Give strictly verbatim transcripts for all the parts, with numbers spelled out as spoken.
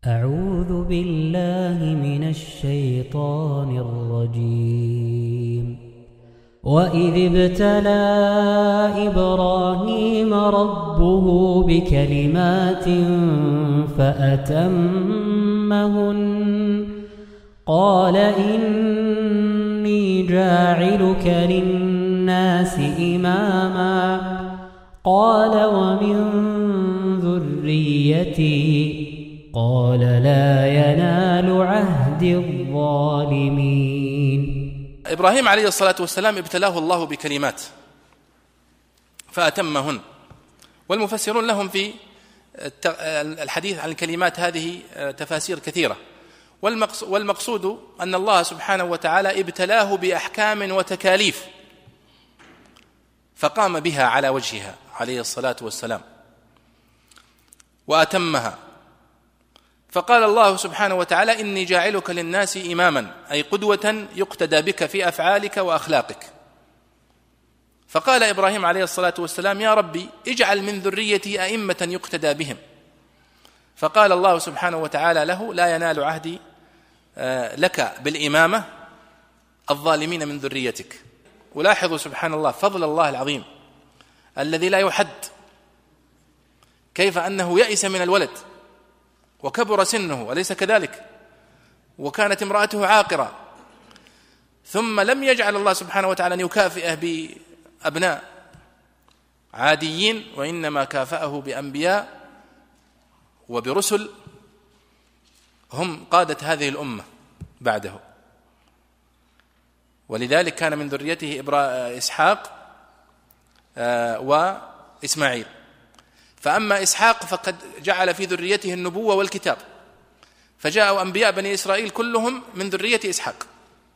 أعوذ بالله من الشيطان الرجيم. وإذ ابتلى إبراهيم ربه بكلمات فأتمهن قال إني جاعلك للناس إماما قال ومن ذريتي قال لا ينال عهد الظالمين. إبراهيم عليه الصلاة والسلام ابتلاه الله بكلمات فأتمهن، والمفسرون لهم في الحديث عن الكلمات هذه تفاسير كثيرة، والمقصود أن الله سبحانه وتعالى ابتلاه بأحكام وتكاليف فقام بها على وجهها عليه الصلاة والسلام وأتمها. فقال الله سبحانه وتعالى إني جاعلك للناس إماما، أي قدوة يقتدى بك في أفعالك وأخلاقك. فقال إبراهيم عليه الصلاة والسلام يا ربي اجعل من ذريتي أئمة يقتدى بهم. فقال الله سبحانه وتعالى له لا ينال عهدي لك بالإمامة الظالمين من ذريتك. ولاحظوا سبحان الله فضل الله العظيم الذي لا يحد، كيف أنه يئس من الولد وكبر سنه أليس كذلك، وكانت امرأته عاقرة، ثم لم يجعل الله سبحانه وتعالى أن يكافئه بأبناء عاديين، وإنما كافأه بأنبياء وبرسل هم قادة هذه الأمة بعده. ولذلك كان من ذريته إسحاق وإسماعيل. فأما إسحاق فقد جعل في ذريته النبوة والكتاب، فجاءوا أنبياء بني إسرائيل كلهم من ذرية إسحاق.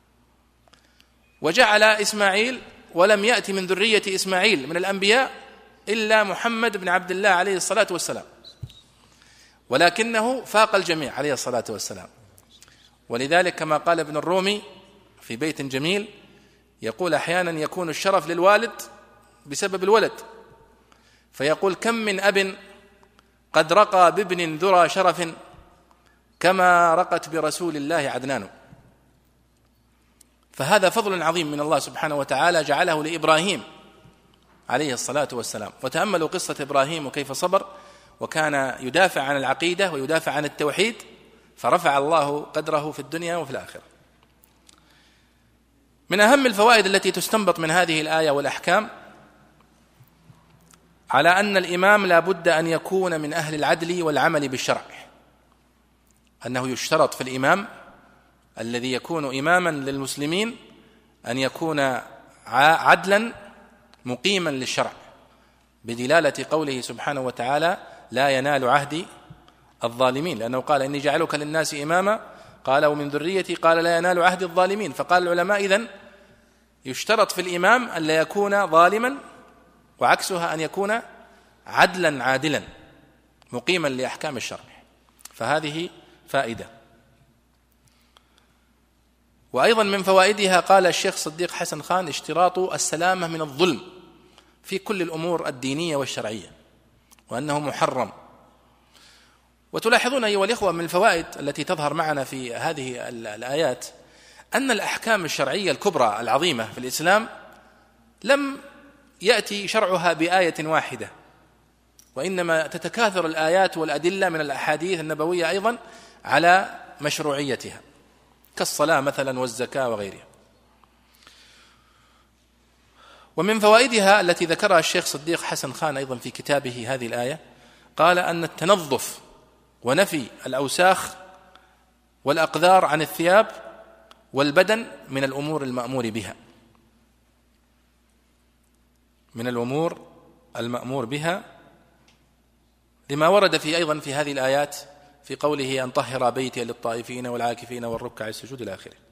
وجعل إسماعيل ولم يأتي من ذرية إسماعيل من الأنبياء إلا محمد بن عبد الله عليه الصلاة والسلام، ولكنه فاق الجميع عليه الصلاة والسلام. ولذلك كما قال ابن الرومي في بيت جميل يقول أحيانا يكون الشرف للوالد بسبب الولد، فيقول كم من أب قد رقى بابن ذرى شرف كما رقت برسول الله عدنان. فهذا فضل عظيم من الله سبحانه وتعالى جعله لإبراهيم عليه الصلاة والسلام. وتأملوا قصة إبراهيم وكيف صبر وكان يدافع عن العقيدة ويدافع عن التوحيد، فرفع الله قدره في الدنيا وفي الآخرة. من أهم الفوائد التي تستنبط من هذه الآية والأحكام على أن الإمام لا بد أن يكون من أهل العدل والعمل بالشرع، أنه يشترط في الإمام الذي يكون إماما للمسلمين أن يكون عدلا مقيما للشرع، بدلالة قوله سبحانه وتعالى لا ينال عهدي الظالمين، لأنه قال إني جعلك للناس إماما قال ومن ذريتي قال لا ينال عهد الظالمين. فقال العلماء إذن يشترط في الإمام أن لا يكون ظالما، وعكسها أن يكون عدلا عادلا مقيما لأحكام الشرع. فهذه فائدة. وأيضا من فوائدها قال الشيخ صديق حسن خان اشتراط السلامة من الظلم في كل الأمور الدينية والشرعية، وأنه محرم. وتلاحظون أيها الإخوة من الفوائد التي تظهر معنا في هذه الآيات أن الأحكام الشرعية الكبرى العظيمة في الإسلام لم يأتي شرعها بآية واحدة، وإنما تتكاثر الآيات والأدلة من الأحاديث النبوية أيضا على مشروعيتها، كالصلاة مثلا والزكاة وغيرها. ومن فوائدها التي ذكرها الشيخ صديق حسن خان أيضا في كتابه هذه الآية قال أن التنظف ونفي الأوساخ والأقذار عن الثياب والبدن من الأمور المأمور بها، من الأمور المأمور بها، لما ورد في أيضا في هذه الآيات في قوله أن طهر بيتي للطائفين والعاكفين والركع السجود إلى آخره.